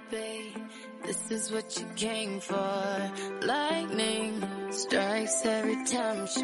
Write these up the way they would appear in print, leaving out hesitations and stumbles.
babe. This is what you came for. Lightning strikes every time she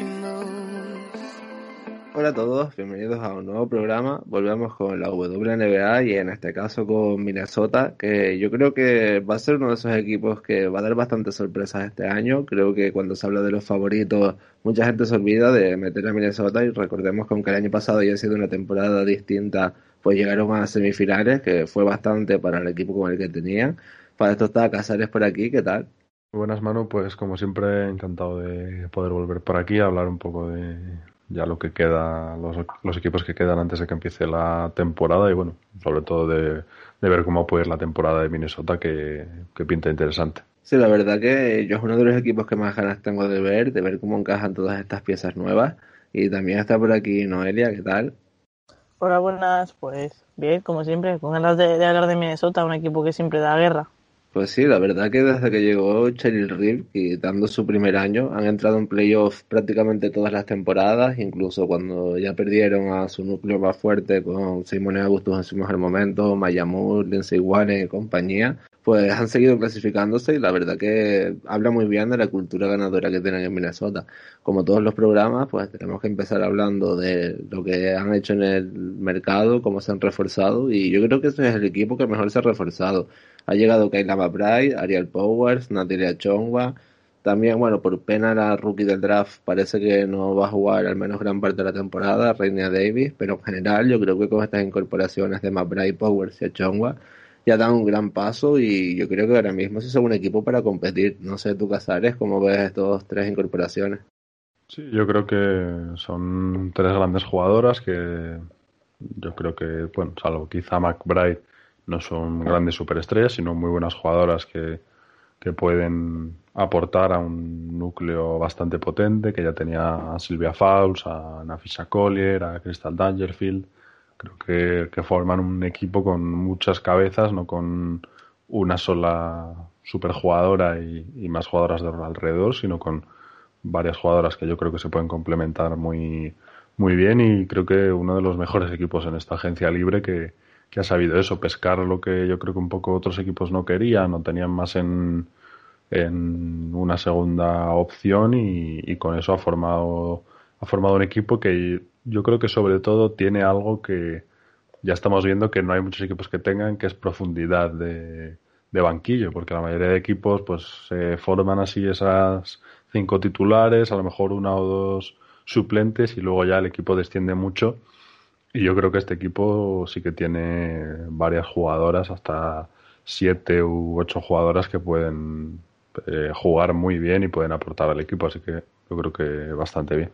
moves. Hola a todos, bienvenidos a un nuevo programa. Volvemos con la WNBA y en este caso con Minnesota, que yo creo que va a ser uno de esos equipos que va a dar bastantes sorpresas este año. Creo que cuando se habla de los favoritos, mucha gente se olvida de meter a Minnesota y recordemos que aunque el año pasado ya ha sido una temporada distinta, pues llegaron a semifinales, que fue bastante para el equipo con el que tenían. Para esto está Casares por aquí, ¿qué tal? Buenas, Manu, pues como siempre encantado de poder volver por aquí a hablar un poco de ya lo que queda, los equipos que quedan antes de que empiece la temporada y bueno, sobre todo de ver cómo puede ir la temporada de Minnesota que pinta interesante. Sí, la verdad que yo es uno de los equipos que más ganas tengo de ver cómo encajan todas estas piezas nuevas. Y también está por aquí Noelia, ¿qué tal? Hola, buenas, pues bien, como siempre, con ganas de hablar de Minnesota, un equipo que siempre da guerra. Pues sí, la verdad que desde que llegó Cheryl Reeve y dando su primer año, han entrado en playoff prácticamente todas las temporadas, incluso cuando ya perdieron a su núcleo más fuerte con Simone Augustus en su mejor momento, Maya Moore, Lindsey Whalen y compañía, pues han seguido clasificándose y la verdad que habla muy bien de la cultura ganadora que tienen en Minnesota. Como todos los programas, pues tenemos que empezar hablando de lo que han hecho en el mercado, cómo se han reforzado y yo creo que ese es el equipo que mejor se ha reforzado. Ha llegado Kayla McBride, Ariel Powers, Natalia Chongwa. También, bueno, por pena la rookie del draft parece que no va a jugar al menos gran parte de la temporada, Reina Davis, pero en general yo creo que con estas incorporaciones de McBride, Powers y Chongwa ya dan un gran paso y yo creo que ahora mismo ese es un equipo para competir. No sé tú, Casares, cómo ves estas tres incorporaciones. Sí, yo creo que son tres grandes jugadoras que yo creo que, bueno, salvo quizá McBride, no son grandes superestrellas, sino muy buenas jugadoras que pueden aportar a un núcleo bastante potente, que ya tenía a Sylvia Fowles, a Nafisa Collier, a Crystal Dangerfield. Creo que forman un equipo con muchas cabezas, no con una sola superjugadora y más jugadoras de alrededor, sino con varias jugadoras que yo creo que se pueden complementar muy bien y creo que uno de los mejores equipos en esta agencia libre que ha sabido eso, pescar lo que yo creo que un poco otros equipos no querían o tenían más en una segunda opción y con eso ha formado un equipo que yo creo que sobre todo tiene algo que ya estamos viendo que no hay muchos equipos que tengan, que es profundidad de banquillo, porque la mayoría de equipos pues se forman así esas 5 titulares, a lo mejor una o dos suplentes y luego ya el equipo desciende mucho y yo creo que este equipo sí que tiene varias jugadoras, hasta 7 u 8 jugadoras que pueden jugar muy bien y pueden aportar al equipo, así que yo creo que bastante bien.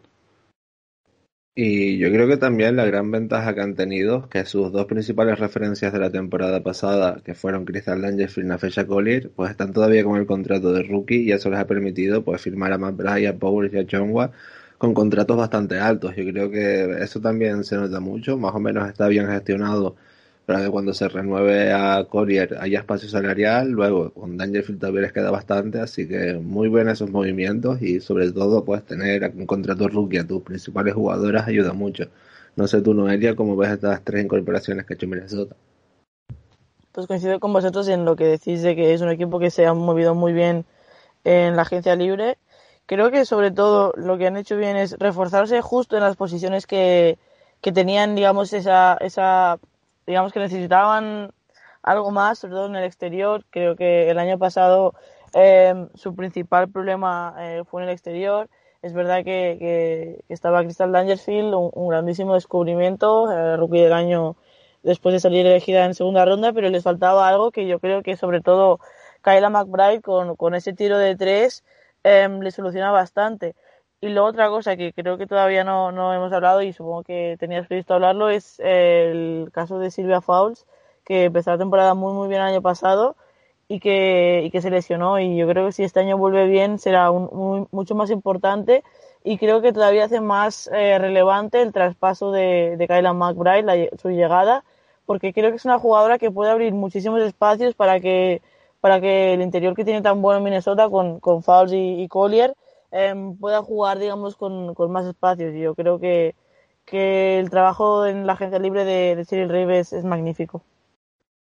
Y yo creo que también la gran ventaja que han tenido es que sus dos principales referencias de la temporada pasada, que fueron Crystal Dangerfield y Nafesa Collier, pues están todavía con el contrato de rookie y eso les ha permitido pues firmar a McBride, a Powers y a Chongwa con contratos bastante altos. Yo creo que eso también se nota mucho, más o menos está bien gestionado para que cuando se renueve a Collier haya espacio salarial, luego con Dangerfield todavía les queda bastante, así que muy bien esos movimientos y sobre todo pues tener un contrato rookie a tus principales jugadoras ayuda mucho. No sé tú, Noelia, cómo ves estas tres incorporaciones que ha hecho Minnesota. Pues coincido con vosotros en lo que decís de que es un equipo que se ha movido muy bien en la agencia libre. Creo que sobre todo lo que han hecho bien es reforzarse justo en las posiciones que tenían, digamos, digamos que necesitaban algo más, sobre todo en el exterior. Creo que el año pasado su principal problema fue en el exterior. Es verdad que estaba Crystal Dangerfield, un grandísimo descubrimiento, rookie del año después de salir elegida en segunda ronda, pero les faltaba algo que yo creo que sobre todo Kayla McBride con ese tiro de tres le soluciona bastante. Y luego otra cosa que creo que todavía no hemos hablado y supongo que tenías previsto hablarlo es el caso de Sylvia Fowles, que empezó la temporada muy bien el año pasado y que se lesionó, y yo creo que si este año vuelve bien será mucho más importante, y creo que todavía hace más relevante el traspaso de Kayla McBride, su llegada, porque creo que es una jugadora que puede abrir muchísimos espacios para que el interior que tiene tan bueno en Minnesota con Fowles y Collier pueda jugar, digamos, con más espacios. Y yo creo que el trabajo en la agencia libre de Cheryl Reeve es magnífico.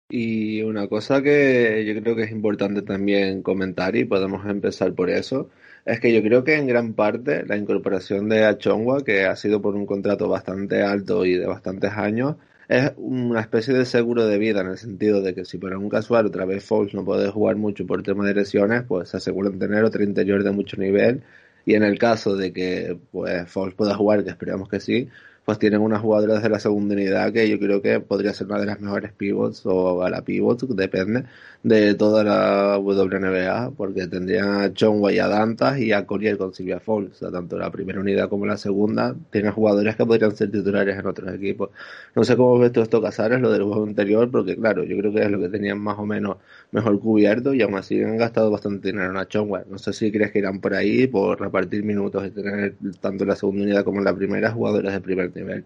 Y una cosa que yo creo que es importante también comentar, y podemos empezar por eso, es que yo creo que en gran parte la incorporación de Achongwa, que ha sido por un contrato bastante alto y de bastantes años, es una especie de seguro de vida, en el sentido de que si por un casual otra vez Foles no puede jugar mucho por tema de lesiones, pues se aseguran tener otro interior de mucho nivel, y en el caso de que pues Foles pueda jugar, que esperamos que sí, pues tienen unas jugadoras de la segunda unidad que yo creo que podría ser una de las mejores pivots o a la pivot, depende, de toda la WNBA, porque tendrían a Chonwa y a Dantas y a Collier con Silvia Fowles, o sea, tanto la primera unidad como la segunda, tienen jugadores que podrían ser titulares en otros equipos. No sé cómo ves tú esto, Casares, lo del juego interior, porque claro, yo creo que es lo que tenían más o menos mejor cubierto y aún así han gastado bastante dinero en Achongwa. No sé si crees que irán por ahí, por repartir minutos y tener tanto en la segunda unidad como en la primera jugadores de primer nivel.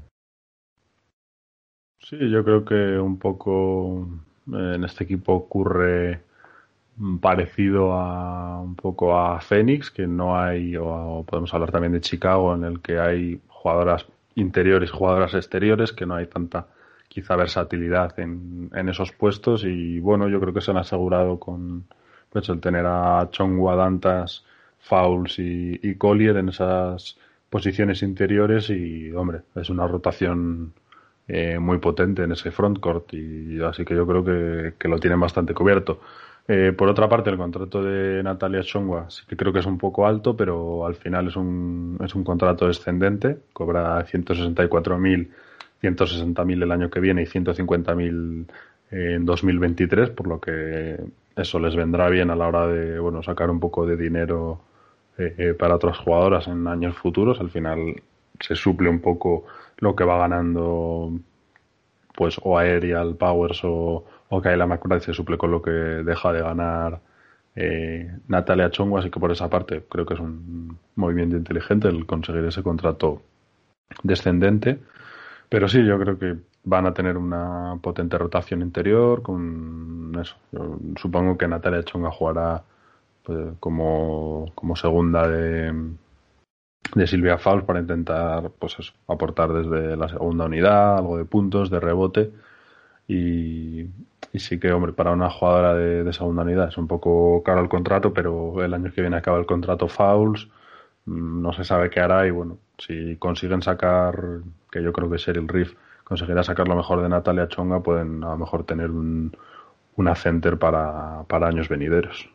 Sí, yo creo que un poco en este equipo ocurre parecido a un poco a Phoenix, que no hay, o podemos hablar también de Chicago, en el que hay jugadoras interiores y jugadoras exteriores, que no hay tanta quizá versatilidad en esos puestos. Y bueno, yo creo que se han asegurado con pues, el tener a Chongwa, Dantas, Fowles y Collier en esas posiciones interiores. Y hombre, es una rotación muy potente en ese frontcourt, y así que yo creo que lo tienen bastante cubierto. Por otra parte, el contrato de Natalia Chongwa sí que creo que es un poco alto, pero al final es un contrato descendente. Cobra 164.000, 160.000 el año que viene y 150.000 en 2023, por lo que eso les vendrá bien a la hora de bueno sacar un poco de dinero para otras jugadoras en años futuros. Al final se suple un poco lo que va ganando pues o Aerial Powers o Kayla McBride, se suple con lo que deja de ganar Natalia Chongwa, así que por esa parte creo que es un movimiento inteligente el conseguir ese contrato descendente. Pero sí, yo creo que van a tener una potente rotación interior con eso. Yo supongo que Natalia Chonga jugará pues, como segunda de Silvia Fowles para intentar pues eso, aportar desde la segunda unidad, algo de puntos, de rebote. Y, y sí que, hombre, para una jugadora de segunda unidad es un poco caro el contrato, pero el año que viene acaba el contrato Fowles. No se sabe qué hará y bueno, si consiguen sacar, que yo creo que Cheryl Reeve conseguirá sacar lo mejor de Natalia Chonga, pueden a lo mejor tener una center para años venideros.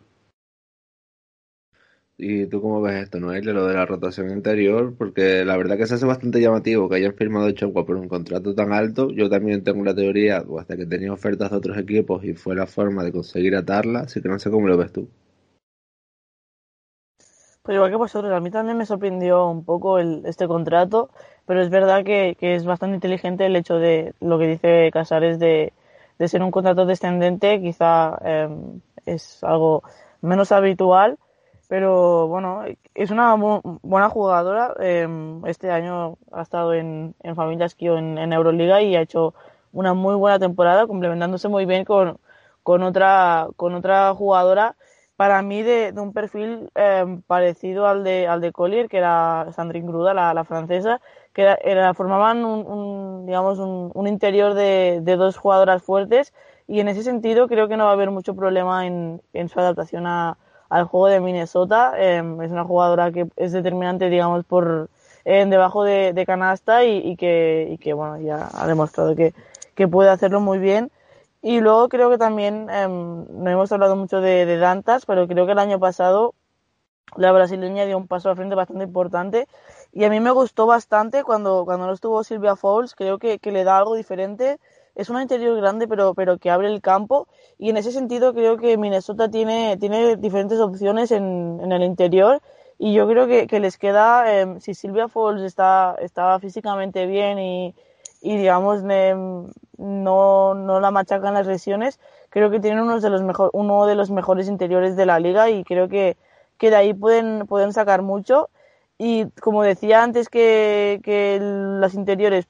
¿Y tú cómo ves esto, Noel, de lo de la rotación interior? Porque la verdad que se hace bastante llamativo que hayan firmado Chocua por un contrato tan alto. Yo también tengo la teoría, o hasta que tenía ofertas de otros equipos y fue la forma de conseguir atarla, así que no sé cómo lo ves tú. Pues igual que vosotros, a mí también me sorprendió un poco este contrato, pero es verdad que es bastante inteligente el hecho de lo que dice Casares de ser un contrato descendente, quizá es algo menos habitual, pero bueno, es una buena jugadora. Este año ha estado en Familia Esquío en Euroliga y ha hecho una muy buena temporada, complementándose muy bien con otra jugadora para mí de un perfil parecido al de Collier, que era Sandrine Gruda, la francesa, que formaban digamos un interior de dos jugadoras fuertes, y en ese sentido creo que no va a haber mucho problema en su adaptación al juego de Minnesota. Es una jugadora que es determinante, digamos, por debajo de canasta y que bueno, ya ha demostrado que puede hacerlo muy bien. Y luego creo que también, no hemos hablado mucho de Dantas, pero creo que el año pasado la brasileña dio un paso al frente bastante importante. Y a mí me gustó bastante cuando no estuvo Silvia Fowles, creo que le da algo diferente. Es una interior grande, pero que abre el campo. Y en ese sentido creo que Minnesota tiene diferentes opciones en el interior. Y yo creo que les queda, si Silvia Fowles está físicamente bien y digamos, no la machacan las lesiones, creo que tienen uno de los mejores interiores de la liga, y creo que de ahí pueden sacar mucho. Y como decía antes que las interiores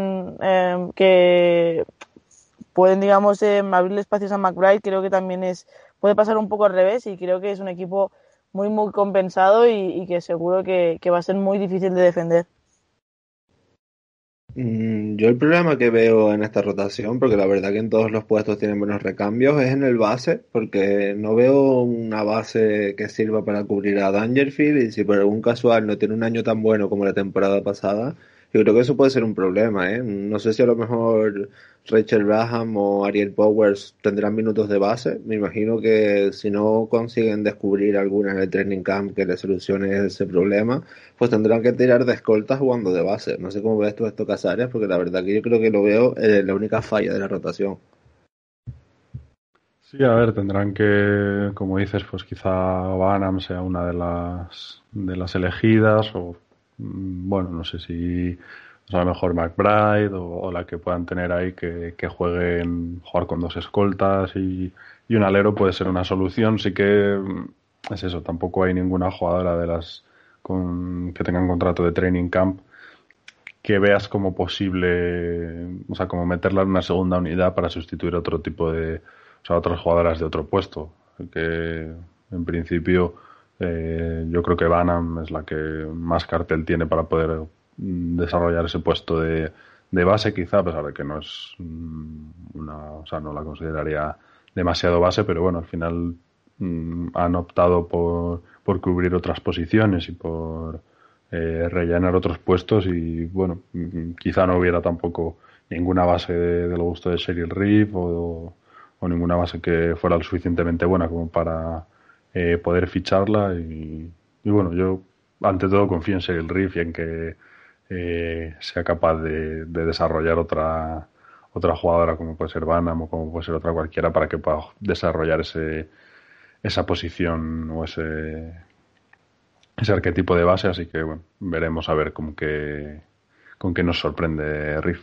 pueden digamos abrirle espacios a McBride, creo que también puede pasar un poco al revés, y creo que es un equipo muy compensado y que seguro que va a ser muy difícil de defender. Yo el problema que veo en esta rotación, porque la verdad que en todos los puestos tienen buenos recambios, es en el base, porque no veo una base que sirva para cubrir a Dangerfield y si por algún casual no tiene un año tan bueno como la temporada pasada, yo creo que eso puede ser un problema, ¿eh? No sé si a lo mejor Rachel Graham o Ariel Powers tendrán minutos de base. Me imagino que si no consiguen descubrir alguna en el training camp que le solucione ese problema, pues tendrán que tirar de escoltas jugando de base. No sé cómo ves tú esto, Casares, porque la verdad que yo creo que lo veo la única falla de la rotación. Sí, a ver, tendrán que, como dices, pues quizá Banham sea una de las elegidas o bueno, no sé si o sea, a lo mejor McBride o la que puedan tener ahí que jugar con dos escoltas y un alero puede ser una solución. Sí que es eso, tampoco hay ninguna jugadora de las que tengan contrato de training camp que veas como posible, o sea, como meterla en una segunda unidad para sustituir otro tipo o sea, otras jugadoras de otro puesto. Que en principio yo creo que Banham es la que más cartel tiene para poder desarrollar ese puesto de base, quizá, a pesar de que no es o sea, no la consideraría demasiado base, pero bueno, al final han optado por cubrir otras posiciones y por rellenar otros puestos y bueno, quizá no hubiera tampoco ninguna base del gusto de Cheryl Reeve o ninguna base que fuera lo suficientemente buena como para poder ficharla y bueno, yo ante todo confío en Cheryl Reeve y en que sea capaz de desarrollar otra jugadora como puede ser Banham o como puede ser otra cualquiera para que pueda desarrollar esa posición o ese arquetipo de base, así que bueno, veremos a ver con qué nos sorprende Riff.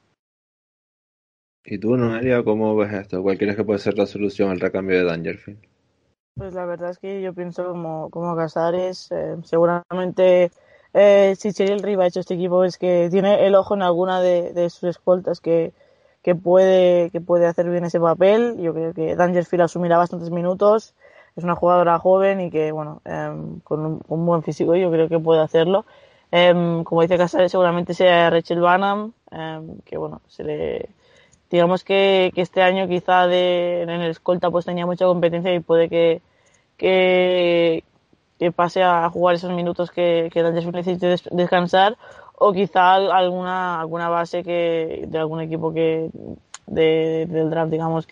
¿Y tú, Noelia, cómo ves esto? ¿Cuál crees que puede ser la solución al recambio de Dangerfield? Pues la verdad es que yo pienso como Casares, seguramente si Cheryl Reeve ha hecho este equipo es que tiene el ojo en alguna de sus escoltas que puede hacer bien ese papel. Yo creo que Dangerfield asumirá bastantes minutos, es una jugadora joven y que, bueno, con un buen físico yo creo que puede hacerlo. Como dice Casares, seguramente sea Rachel Banham, que bueno, digamos que este año quizá en el escolta pues tenía mucha competencia y puede que, que pase a jugar esos minutos que Dangerfield necesite descansar o quizá alguna base de algún equipo del draft, digamos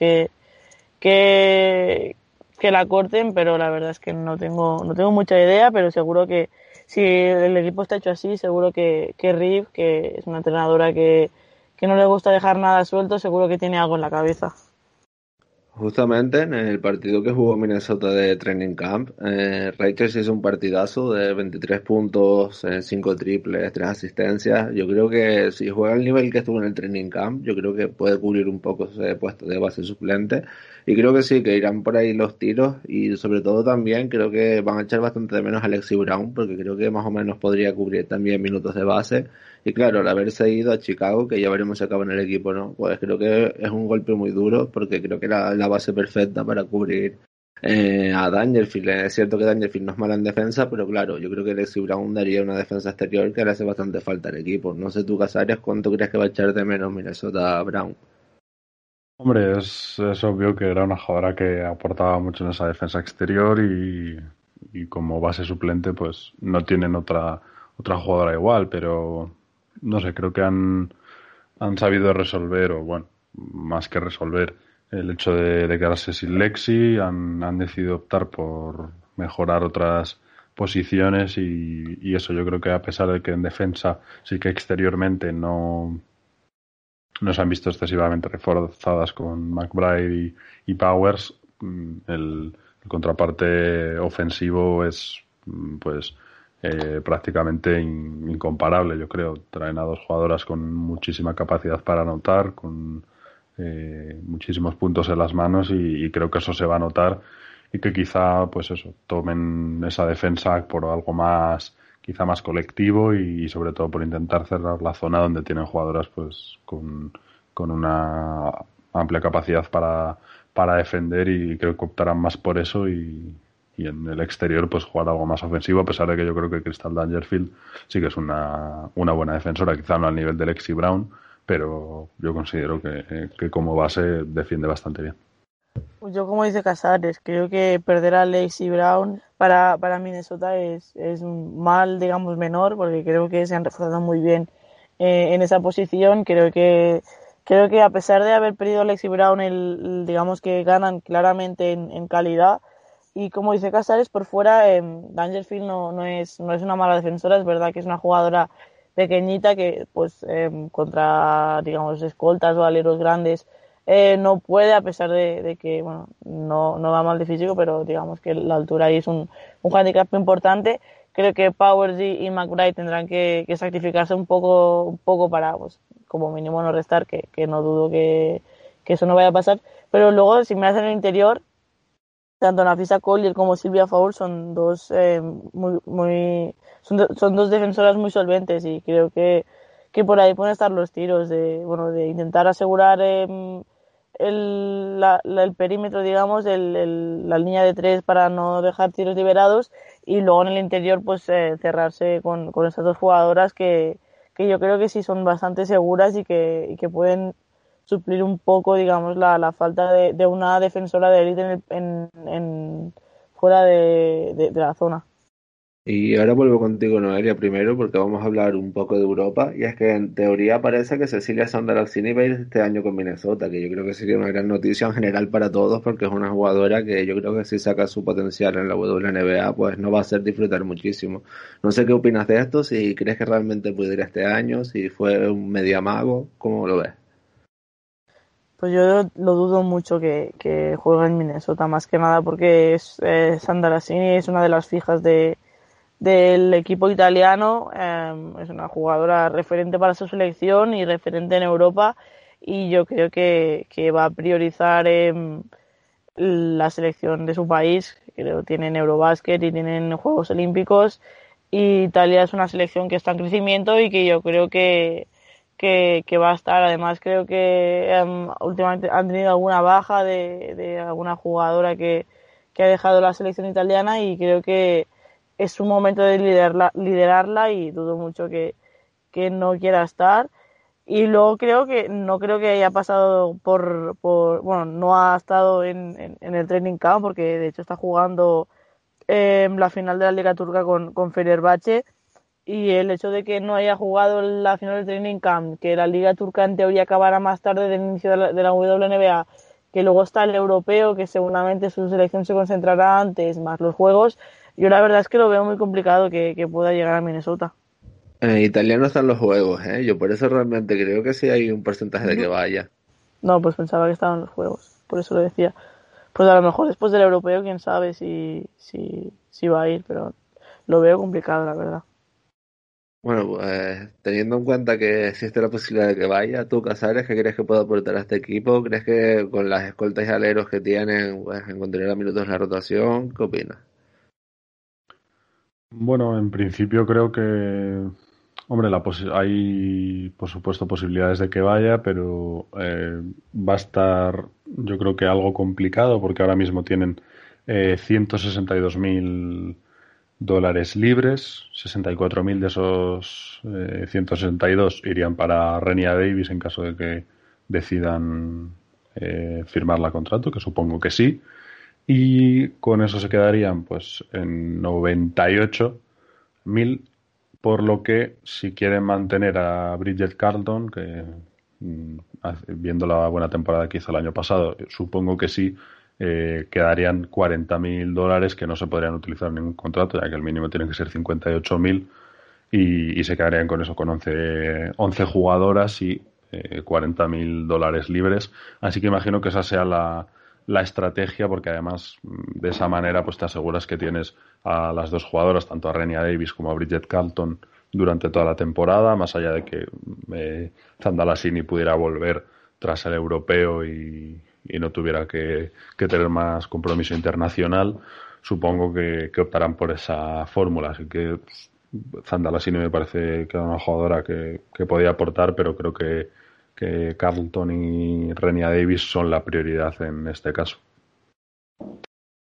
que, que la corten, pero la verdad es que no tengo mucha idea, pero seguro que si el equipo está hecho así, seguro que Reeve, que es una entrenadora que no le gusta dejar nada suelto, seguro que tiene algo en la cabeza. Justamente en el partido que jugó Minnesota de Training Camp, Rachel hizo un partidazo de 23 puntos, 5 triples, 3 asistencias. Yo creo que si juega al nivel que estuvo en el Training Camp, yo creo que puede cubrir un poco ese puesto de base suplente. Y creo que sí, que irán por ahí los tiros y sobre todo también creo que van a echar bastante de menos a Alexi Brown porque creo que más o menos podría cubrir también minutos de base. Y claro, al haberse ido a Chicago, que ya veremos si acaba en el equipo, ¿no? Pues creo que es un golpe muy duro porque creo que era la base perfecta para cubrir a Dangerfield. Es cierto que Dangerfield no es mala en defensa, pero claro, yo creo que Alexi Brown daría una defensa exterior que le hace bastante falta al equipo. No sé tú, Casares, ¿cuánto crees que va a echar de menos Minnesota Brown? Hombre, es obvio que era una jugadora que aportaba mucho en esa defensa exterior y como base suplente pues no tienen otra jugadora igual, pero no sé, creo que han sabido resolver, o bueno, más que resolver, el hecho de quedarse sin Lexi, han decidido optar por mejorar otras posiciones y eso yo creo que a pesar de que en defensa sí que exteriormente no se han visto excesivamente reforzadas con McBride y Powers, el contraparte ofensivo es pues prácticamente incomparable, yo creo. Traen a dos jugadoras con muchísima capacidad para anotar, con muchísimos puntos en las manos y creo que eso se va a notar y que quizá pues eso tomen esa defensa por algo más quizá más colectivo y sobre todo por intentar cerrar la zona donde tienen jugadoras pues con una amplia capacidad para defender y creo que optarán más por eso y y en el exterior pues jugar algo más ofensivo, a pesar de que yo creo que Crystal Dangerfield sí que es una buena defensora, quizá no al nivel de Lexi Brown, pero yo considero que como base defiende bastante bien. Yo, como dice Casares, creo que perder a Lacey Brown para Minnesota es un mal, digamos, menor, porque creo que se han reforzado muy bien en esa posición. Creo que a pesar de haber perdido a Lacey Brown, digamos que ganan claramente en calidad. Y como dice Casares, por fuera, Dangerfield no es una mala defensora. Es verdad que es una jugadora pequeñita que, pues, contra, digamos, escoltas o aleros grandes, no puede, a pesar de que, bueno, no va mal de físico, pero digamos que la altura ahí es un handicap importante. Creo que Powers y McBride tendrán que sacrificarse un poco para, pues, como mínimo no restar, que no dudo que eso no vaya a pasar. Pero luego, si me hacen el interior, tanto Nafisa Collier como Silvia Foul son dos son dos defensoras muy solventes, y creo que por ahí pueden estar los tiros de intentar asegurar el perímetro, digamos, la línea de tres para no dejar tiros liberados, y luego en el interior pues cerrarse con estas dos jugadoras que yo creo que sí son bastante seguras y que pueden suplir un poco, digamos, la falta de una defensora de élite fuera de la zona. Y ahora vuelvo contigo, Noelia, primero, porque vamos a hablar un poco de Europa. Y es que en teoría parece que Cecilia Sandalassini va a ir este año con Minnesota, que yo creo que sería una gran noticia en general para todos, porque es una jugadora que yo creo que si saca su potencial en la WNBA, pues nos va a hacer disfrutar muchísimo. No sé qué opinas de esto, si crees que realmente puede ir este año, si fue un mediamago, ¿cómo lo ves? Pues yo lo dudo mucho que juegue en Minnesota, más que nada porque Sandalassini es una de las fijas del equipo italiano. Es una jugadora referente para su selección y referente en Europa, y yo creo que va a priorizar la selección de su país. Creo que tienen Eurobásquet y tienen Juegos Olímpicos, y Italia es una selección que está en crecimiento y que yo creo que va a estar. Además, creo que últimamente han tenido alguna baja de alguna jugadora que ha dejado la selección italiana, y creo que es un momento de liderarla, y dudo mucho que no quiera estar. Y luego no creo que haya pasado bueno, no ha estado en el training camp, porque de hecho está jugando la final de la Liga Turca con Fenerbahce. Y el hecho de que no haya jugado la final del training camp, que la Liga Turca en teoría acabara más tarde del inicio de la WNBA, que luego está el europeo, que seguramente su selección se concentrará antes, más los juegos, yo la verdad es que lo veo muy complicado que pueda llegar a Minnesota. En italiano están los juegos, ¿eh? Yo por eso realmente creo que sí hay un porcentaje de que vaya. No, pues pensaba que estaban los juegos, por eso lo decía. Pues a lo mejor después del europeo, quién sabe si va a ir, pero lo veo complicado, la verdad. Bueno, pues teniendo en cuenta que existe la posibilidad de que vaya, ¿tú, Casares, qué crees que puede aportar a este equipo? ¿Crees que con las escoltas y aleros que tienen, pues encontraría minutos en la rotación? ¿Qué opinas? Bueno, en principio creo que, hombre, hay por supuesto posibilidades de que vaya, pero va a estar, yo creo que algo complicado, porque ahora mismo tienen 162.000 dólares libres. 64.000 de esos 162 irían para Renia Davis en caso de que decidan firmar la contrato, que supongo que sí. Y con eso se quedarían pues en 98.000, por lo que si quieren mantener a Bridget Carlton, que viendo la buena temporada que hizo el año pasado, supongo que sí, quedarían 40.000 dólares que no se podrían utilizar en ningún contrato, ya que el mínimo tiene que ser 58.000, y se quedarían con eso, con 11 jugadoras y 40.000 dólares libres. Así que imagino que esa sea la estrategia, porque además de esa manera pues te aseguras que tienes a las dos jugadoras, tanto a Renia Davis como a Bridget Carlton, durante toda la temporada, más allá de que Sandalassini pudiera volver tras el europeo y no tuviera que tener más compromiso internacional. Supongo que optarán por esa fórmula, así que Sandalassini me parece que era una jugadora que podía aportar, pero creo que Carlton y Renia Davis son la prioridad en este caso.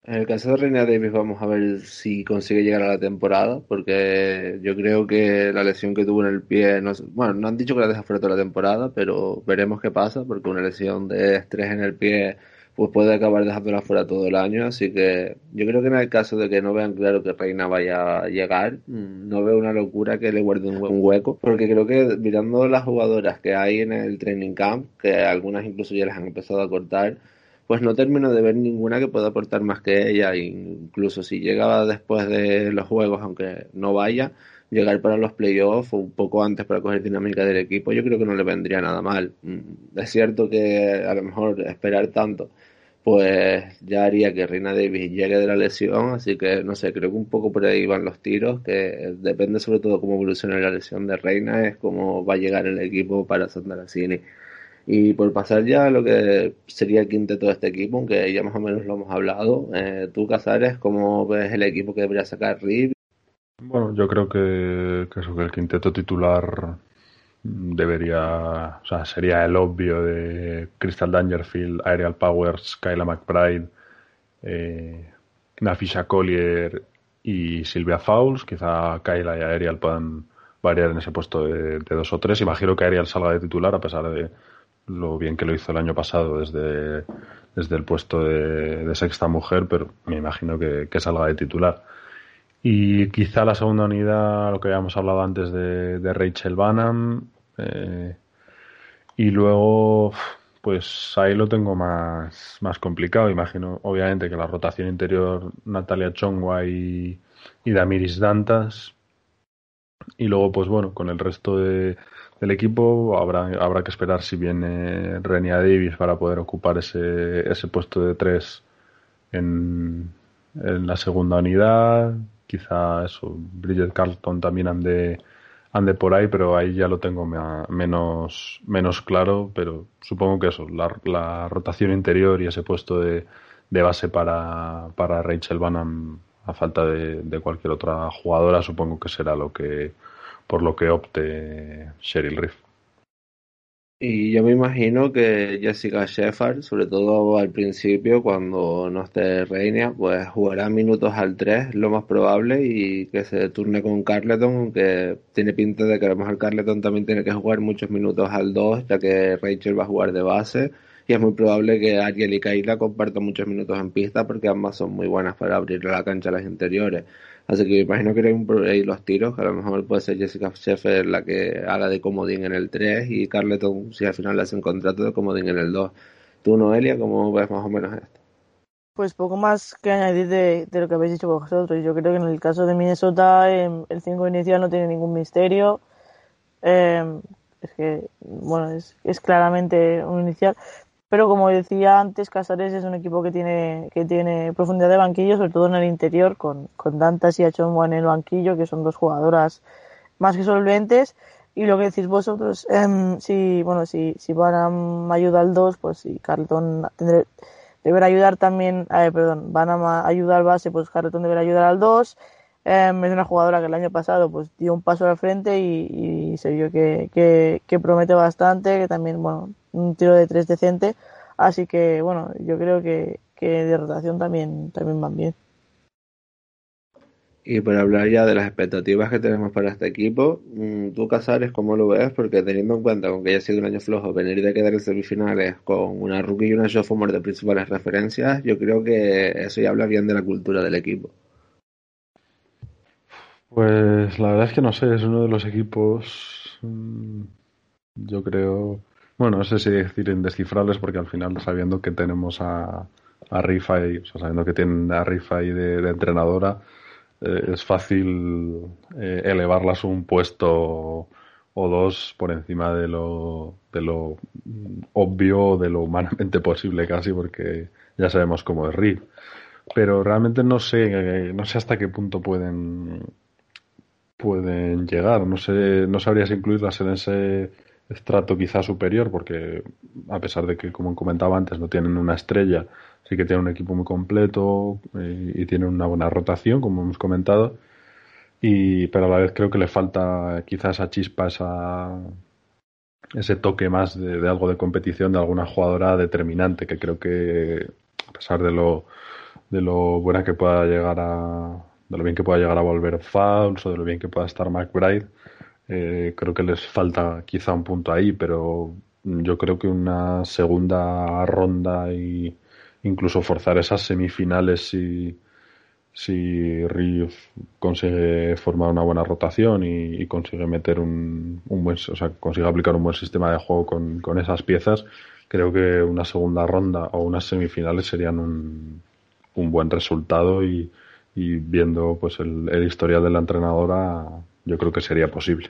En el caso de Reina Davis vamos a ver si consigue llegar a la temporada, porque yo creo que la lesión que tuvo en el pie, no, bueno, no han dicho que la deja fuera toda la temporada, pero veremos qué pasa, porque una lesión de estrés en el pie pues puede acabar dejándola fuera todo el año, así que yo creo que en el caso de que no vean claro que Reina vaya a llegar, no veo una locura que le guarde un hueco, porque creo que mirando las jugadoras que hay en el training camp, que algunas incluso ya les han empezado a cortar, pues no termino de ver ninguna que pueda aportar más que ella, incluso si llega después de los juegos, aunque no vaya, llegar para los playoffs o un poco antes para coger dinámica del equipo, yo creo que no le vendría nada mal. Es cierto que a lo mejor esperar tanto, pues ya haría que Reina Davis llegue de la lesión, así que no sé, creo que un poco por ahí van los tiros, que depende sobre todo cómo evolucione la lesión de Reina, es cómo va a llegar el equipo para Sandra Cini. Y por pasar ya a lo que sería el quinteto de este equipo, aunque ya más o menos lo hemos hablado, tú, Casares, ¿cómo ves el equipo que debería sacar Reeves? Bueno, yo creo que el quinteto titular debería, o sea, sería el obvio de Crystal Dangerfield, Aerial Powers, Kyla McBride, Nafisha Collier y Sylvia Fowles. Quizá Kyla y Aerial puedan variar en ese puesto de dos o tres. Imagino que Aerial salga de titular a pesar de lo bien que lo hizo el año pasado desde el puesto de sexta mujer, pero me imagino que salga de titular. Y quizá la segunda unidad, lo que habíamos hablado antes de Rachel Banham. Y luego, pues ahí lo tengo más complicado. Imagino, obviamente, que la rotación interior, Natalia Chongwa y Damiris Dantas. Y luego, pues bueno, con el resto del equipo habrá que esperar si viene Renia Davis para poder ocupar ese puesto de tres en la segunda unidad. Quizá eso, Bridget Carlton también ande por ahí, pero ahí ya lo tengo menos claro. Pero supongo que eso, la rotación interior y ese puesto de base para Rachel Banham a falta de cualquier otra jugadora, supongo que será por lo que opte Cheryl Reeve. Y yo me imagino que Jessica Shepard, sobre todo al principio, cuando no esté Reina, pues jugará minutos al 3 lo más probable, y que se turne con Carleton, aunque tiene pinta de que a lo mejor Carleton también tiene que jugar muchos minutos al 2, ya que Rachel va a jugar de base, y es muy probable que Ariel y Kayla compartan muchos minutos en pista, porque ambas son muy buenas para abrirle la cancha a las interiores. Así que me imagino que eran por ahí los tiros, que a lo mejor puede ser Jessica Sheffer la que haga de comodín en el 3 y Carleton si al final le hacen contrato de comodín en el 2. Tú, Noelia, ¿cómo ves más o menos esto? Pues poco más que añadir de lo que habéis dicho vosotros. Yo creo que en el caso de Minnesota el 5 inicial no tiene ningún misterio. Es que, bueno, es claramente un inicial. Pero como decía antes, Casares es un equipo que tiene profundidad de banquillo, sobre todo en el interior, con Dantas y Achonwa en el banquillo, que son dos jugadoras más que solventes. Y lo que decís vosotros, si Banham ayuda al 2, pues si Carleton deberá ayudar también, Banham ayuda al base, pues Carleton deberá ayudar al 2. Es una jugadora que el año pasado pues dio un paso al frente y se vio que promete bastante, que también, bueno, un tiro de 3 decente, así que bueno, yo creo que de rotación también van bien. Y para hablar ya de las expectativas que tenemos para este equipo, tú, Casares, ¿cómo lo ves? Porque teniendo en cuenta, aunque haya sido un año flojo, venir de quedar en semifinales con una rookie y una sophomore de principales referencias, yo creo que eso ya habla bien de la cultura del equipo. Pues la verdad es que no sé, es uno de los equipos, yo creo, bueno, no sé si decir indescifrables, porque al final sabiendo que tenemos a Rifai, o sea, sabiendo que tienen a Rifai de entrenadora, es fácil elevarlas un puesto o dos por encima de lo obvio, de lo humanamente posible casi, porque ya sabemos cómo es Riff. Pero realmente no sé hasta qué punto pueden llegar. No sabría si incluirlas en ese estrato quizá superior, porque a pesar de que, como comentaba antes, no tienen una estrella, sí que tienen un equipo muy completo y tienen una buena rotación, como hemos comentado. Pero a la vez creo que le falta quizás esa chispa, ese toque más de algo de competición, de alguna jugadora determinante, que creo que, a pesar de lo buena que pueda llegar a, de lo bien que pueda llegar a volver Fouls o de lo bien que pueda estar McBride. Creo que les falta quizá un punto ahí, pero yo creo que una segunda ronda y incluso forzar esas semifinales si Reeve consigue formar una buena rotación y consigue meter un buen, o sea, consigue aplicar un buen sistema de juego con esas piezas, creo que una segunda ronda o unas semifinales serían un buen resultado y viendo pues el historial de la entrenadora, yo creo que sería posible.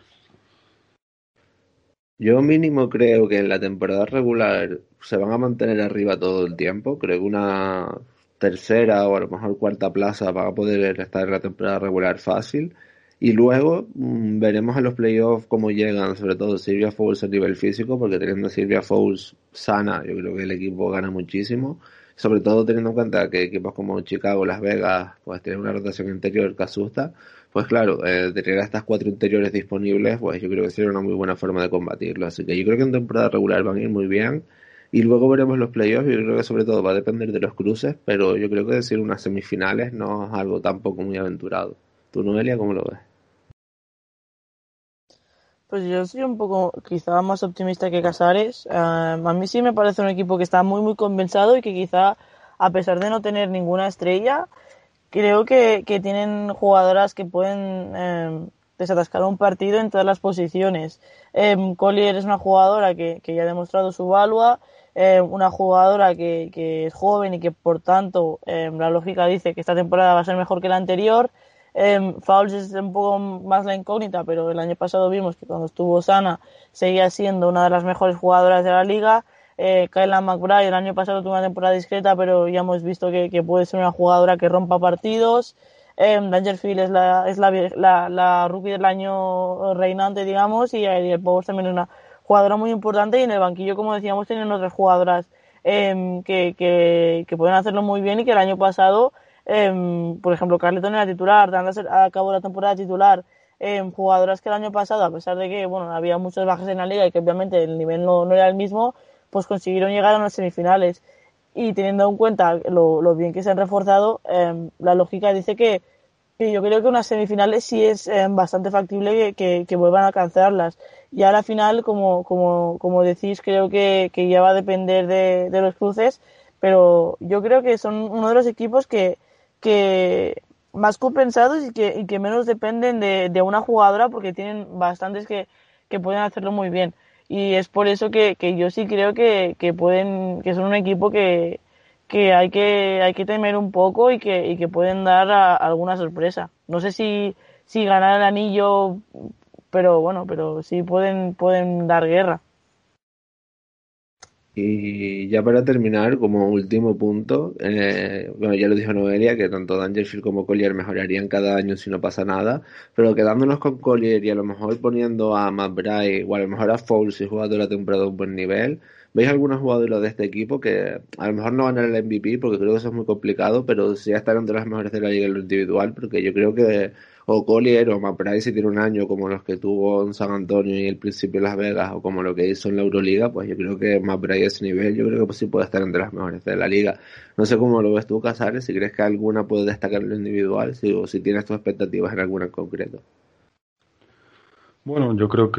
Yo mínimo creo que en la temporada regular se van a mantener arriba todo el tiempo. Creo que una tercera o a lo mejor cuarta plaza van a poder estar en la temporada regular fácil. Y luego veremos en los playoffs cómo llegan, sobre todo Silvia Fowles a nivel físico, porque teniendo a Silvia Fowles sana, yo creo que el equipo gana muchísimo. Sobre todo teniendo en cuenta que equipos como Chicago, Las Vegas, pues tienen una rotación interior que asusta. Pues claro, tener a estas cuatro interiores disponibles, pues yo creo que sería una muy buena forma de combatirlo. Así que yo creo que en temporada regular van a ir muy bien. Y luego veremos los playoffs. Yo creo que sobre todo va a depender de los cruces, pero yo creo que decir unas semifinales no es algo tampoco muy aventurado. ¿Tú, Noelia, cómo lo ves? Pues yo soy un poco quizá más optimista que Casares. A mí sí me parece un equipo que está muy muy compensado y que quizá a pesar de no tener ninguna estrella, creo que tienen jugadoras que pueden desatascar un partido en todas las posiciones. Collier es una jugadora que ya ha demostrado su valua, una jugadora que es joven y que por tanto la lógica dice que esta temporada va a ser mejor que la anterior. Fowles es un poco más la incógnita, pero el año pasado vimos que cuando estuvo sana seguía siendo una de las mejores jugadoras de la liga. Kyla McBride el año pasado tuvo una temporada discreta, pero ya hemos visto que puede ser una jugadora que rompa partidos. Dangerfield es la rookie del año reinante, digamos, y el Powers también es una jugadora muy importante. Y en el banquillo, como decíamos, tienen otras jugadoras que pueden hacerlo muy bien y que el año pasado, por ejemplo, Carleton era titular, Dandas acabó la temporada titular. Jugadoras que el año pasado, a pesar de que bueno había muchas bajas en la liga y que obviamente el nivel no era el mismo, pues consiguieron llegar a las semifinales. Y teniendo en cuenta lo bien que se han reforzado, la lógica dice que yo creo que unas semifinales sí es bastante factible que vuelvan a alcanzarlas. Y a la final, como decís, creo que ya va a depender de los cruces, pero yo creo que son uno de los equipos que más compensados y que menos dependen de una jugadora, porque tienen bastantes que pueden hacerlo muy bien. Y es por eso que yo sí creo que son un equipo que hay que temer un poco y que pueden dar alguna sorpresa. No sé si ganar el anillo, pero bueno, pero sí pueden dar guerra. Y ya para terminar, como último punto, bueno, ya lo dijo Noelia, que tanto Dangerfield como Collier mejorarían cada año si no pasa nada, pero quedándonos con Collier y a lo mejor poniendo a McBride o a lo mejor a Fowles si juega toda la temporada a un buen nivel, ¿veis algunos jugadores de este equipo que a lo mejor no van a ganar el MVP porque creo que eso es muy complicado, pero sí estar entre las mejores de la liga en lo individual? Porque yo creo que o Collier o McBride si tiene un año como los que tuvo en San Antonio y el principio de Las Vegas o como lo que hizo en la Euroliga, pues yo creo que McBride a ese nivel, yo creo que pues sí puede estar entre las mejores de la liga. No sé cómo lo ves tú, Casares, si crees que alguna puede destacar en lo individual, o si tienes tus expectativas en alguna en concreto. Bueno, yo creo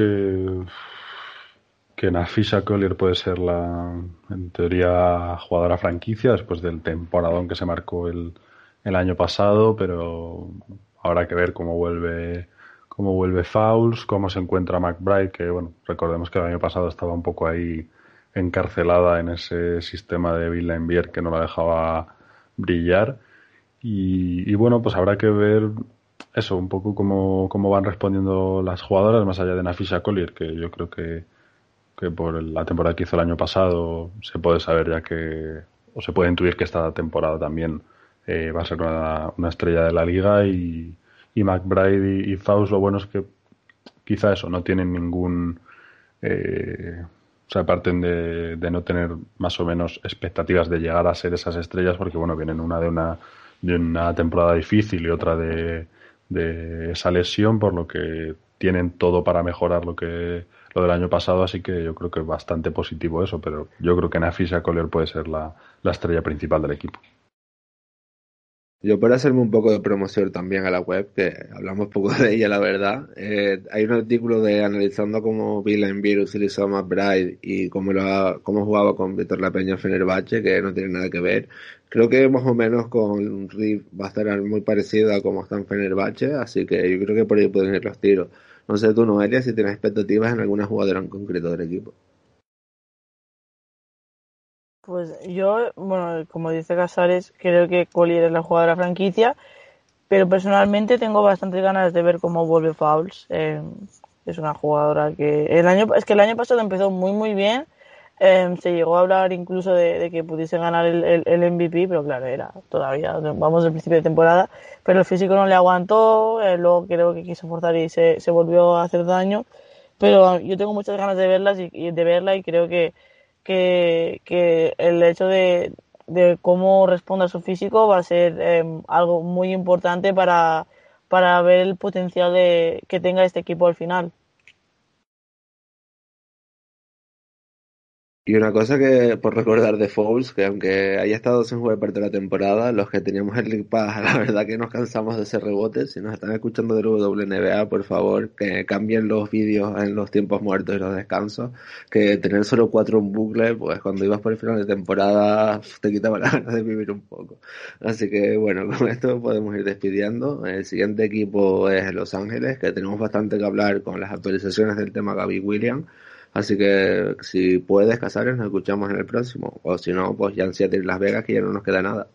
que Nafisa Collier puede ser en teoría, jugadora franquicia después del temporadón que se marcó el año pasado, pero habrá que ver cómo vuelve Fouls, cómo se encuentra McBride, que bueno, recordemos que el año pasado estaba un poco ahí encarcelada en ese sistema de Bill Laimbeer que no la dejaba brillar. Y bueno, pues habrá que ver eso, un poco cómo van respondiendo las jugadoras, más allá de Nafisa Collier, que yo creo que por la temporada que hizo el año pasado se puede saber ya o se puede intuir que esta temporada también va a ser una estrella de la liga y McBride y Faust, lo bueno es que quizá eso, no tienen o sea, parten de no tener más o menos expectativas de llegar a ser esas estrellas porque bueno, vienen una temporada difícil y otra de esa lesión, por lo que tienen todo para mejorar lo del año pasado, así que yo creo que es bastante positivo eso, pero yo creo que Nafisa Collier puede ser la estrella principal del equipo. Yo por hacerme un poco de promoción también a la web, que hablamos poco de ella, la verdad, hay un artículo de analizando cómo Villain Virus utilizó a McBride y cómo jugaba con Víctor Lapeña Fenerbahce, que no tiene nada que ver. Creo que más o menos con Riv va a estar muy parecido a cómo está en Fenerbahce, así que yo creo que por ahí pueden ir los tiros. No sé tú, Noelia, si tienes expectativas en alguna jugadora en concreto del equipo. Pues yo, bueno, como dice Casares, creo que Collier es la jugadora franquicia, pero personalmente tengo bastantes ganas de ver cómo vuelve Fouls. Es una jugadora que el año pasado empezó muy bien. Se llegó a hablar incluso de que pudiese ganar el MVP, pero claro, era todavía, vamos al principio de temporada, pero el físico no le aguantó, luego creo que quiso forzar y se volvió a hacer daño, pero yo tengo muchas ganas de verlas y de verla y creo que el hecho de cómo responda su físico va a ser algo muy importante para ver el potencial que tenga este equipo al final. Y una cosa que por recordar de Fouls, que aunque haya estado sin jugar parte de la temporada, los que teníamos el League Pass, la verdad que nos cansamos de ese rebote. Si nos están escuchando del WNBA, por favor, que cambien los vídeos en los tiempos muertos y los descansos, que tener solo 4 en bucle, pues cuando ibas por el final de temporada te quitaba la ganas de vivir un poco. Así que bueno, con esto podemos ir despidiendo. El siguiente equipo es Los Ángeles, que tenemos bastante que hablar con las actualizaciones del tema Gabby Williams. Así que si puedes, Casares, nos escuchamos en el próximo. O si no, pues ya en Seattle y Las Vegas, que ya no nos queda nada.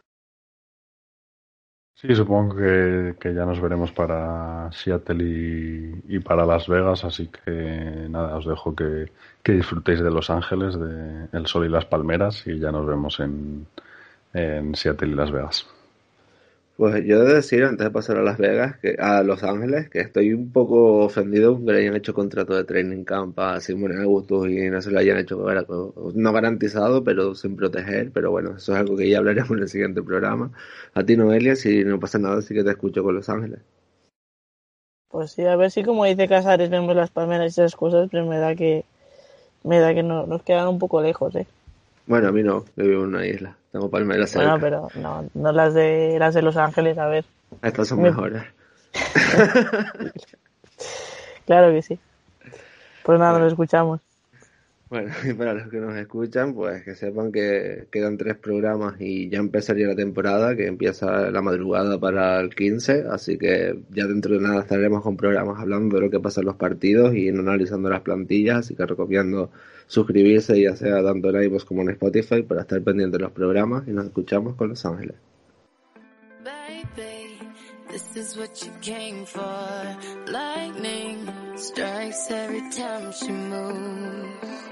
Sí, supongo que ya nos veremos para Seattle y para Las Vegas, así que nada, os dejo que disfrutéis de Los Ángeles, de el sol y las palmeras, y ya nos vemos en Seattle y Las Vegas. Pues yo he de decir, antes de pasar a Las Vegas, a Los Ángeles, que estoy un poco ofendido con que le hayan hecho contrato de training camp a Simone Augustus y no se lo hayan hecho, no garantizado, pero sin proteger. Pero bueno, eso es algo que ya hablaremos en el siguiente programa. A ti, Noelia, si no pasa nada, sí que te escucho con Los Ángeles. Pues sí, a ver si como dice Casares vemos las palmeras y esas cosas, pero me da que nos quedan un poco lejos, ¿eh? Bueno, a mí no, yo vivo en una isla, tengo palmeras Bueno, cerca. pero no las de Los Ángeles, a ver. Estas son Me- mejores. Claro que sí. Pues nada, Bueno. nos escuchamos. Bueno, y para los que nos escuchan, pues que sepan que quedan 3 programas y ya empezaría la temporada, que empieza la madrugada para el 15, así que ya dentro de nada estaremos con programas hablando de lo que pasa en los partidos y analizando las plantillas, así que recomiendo suscribirse ya sea tanto en iVoox como en Spotify para estar pendiente de los programas y nos escuchamos con Los Ángeles. Baby, this is what you came for. Lightning strikes every time she moves.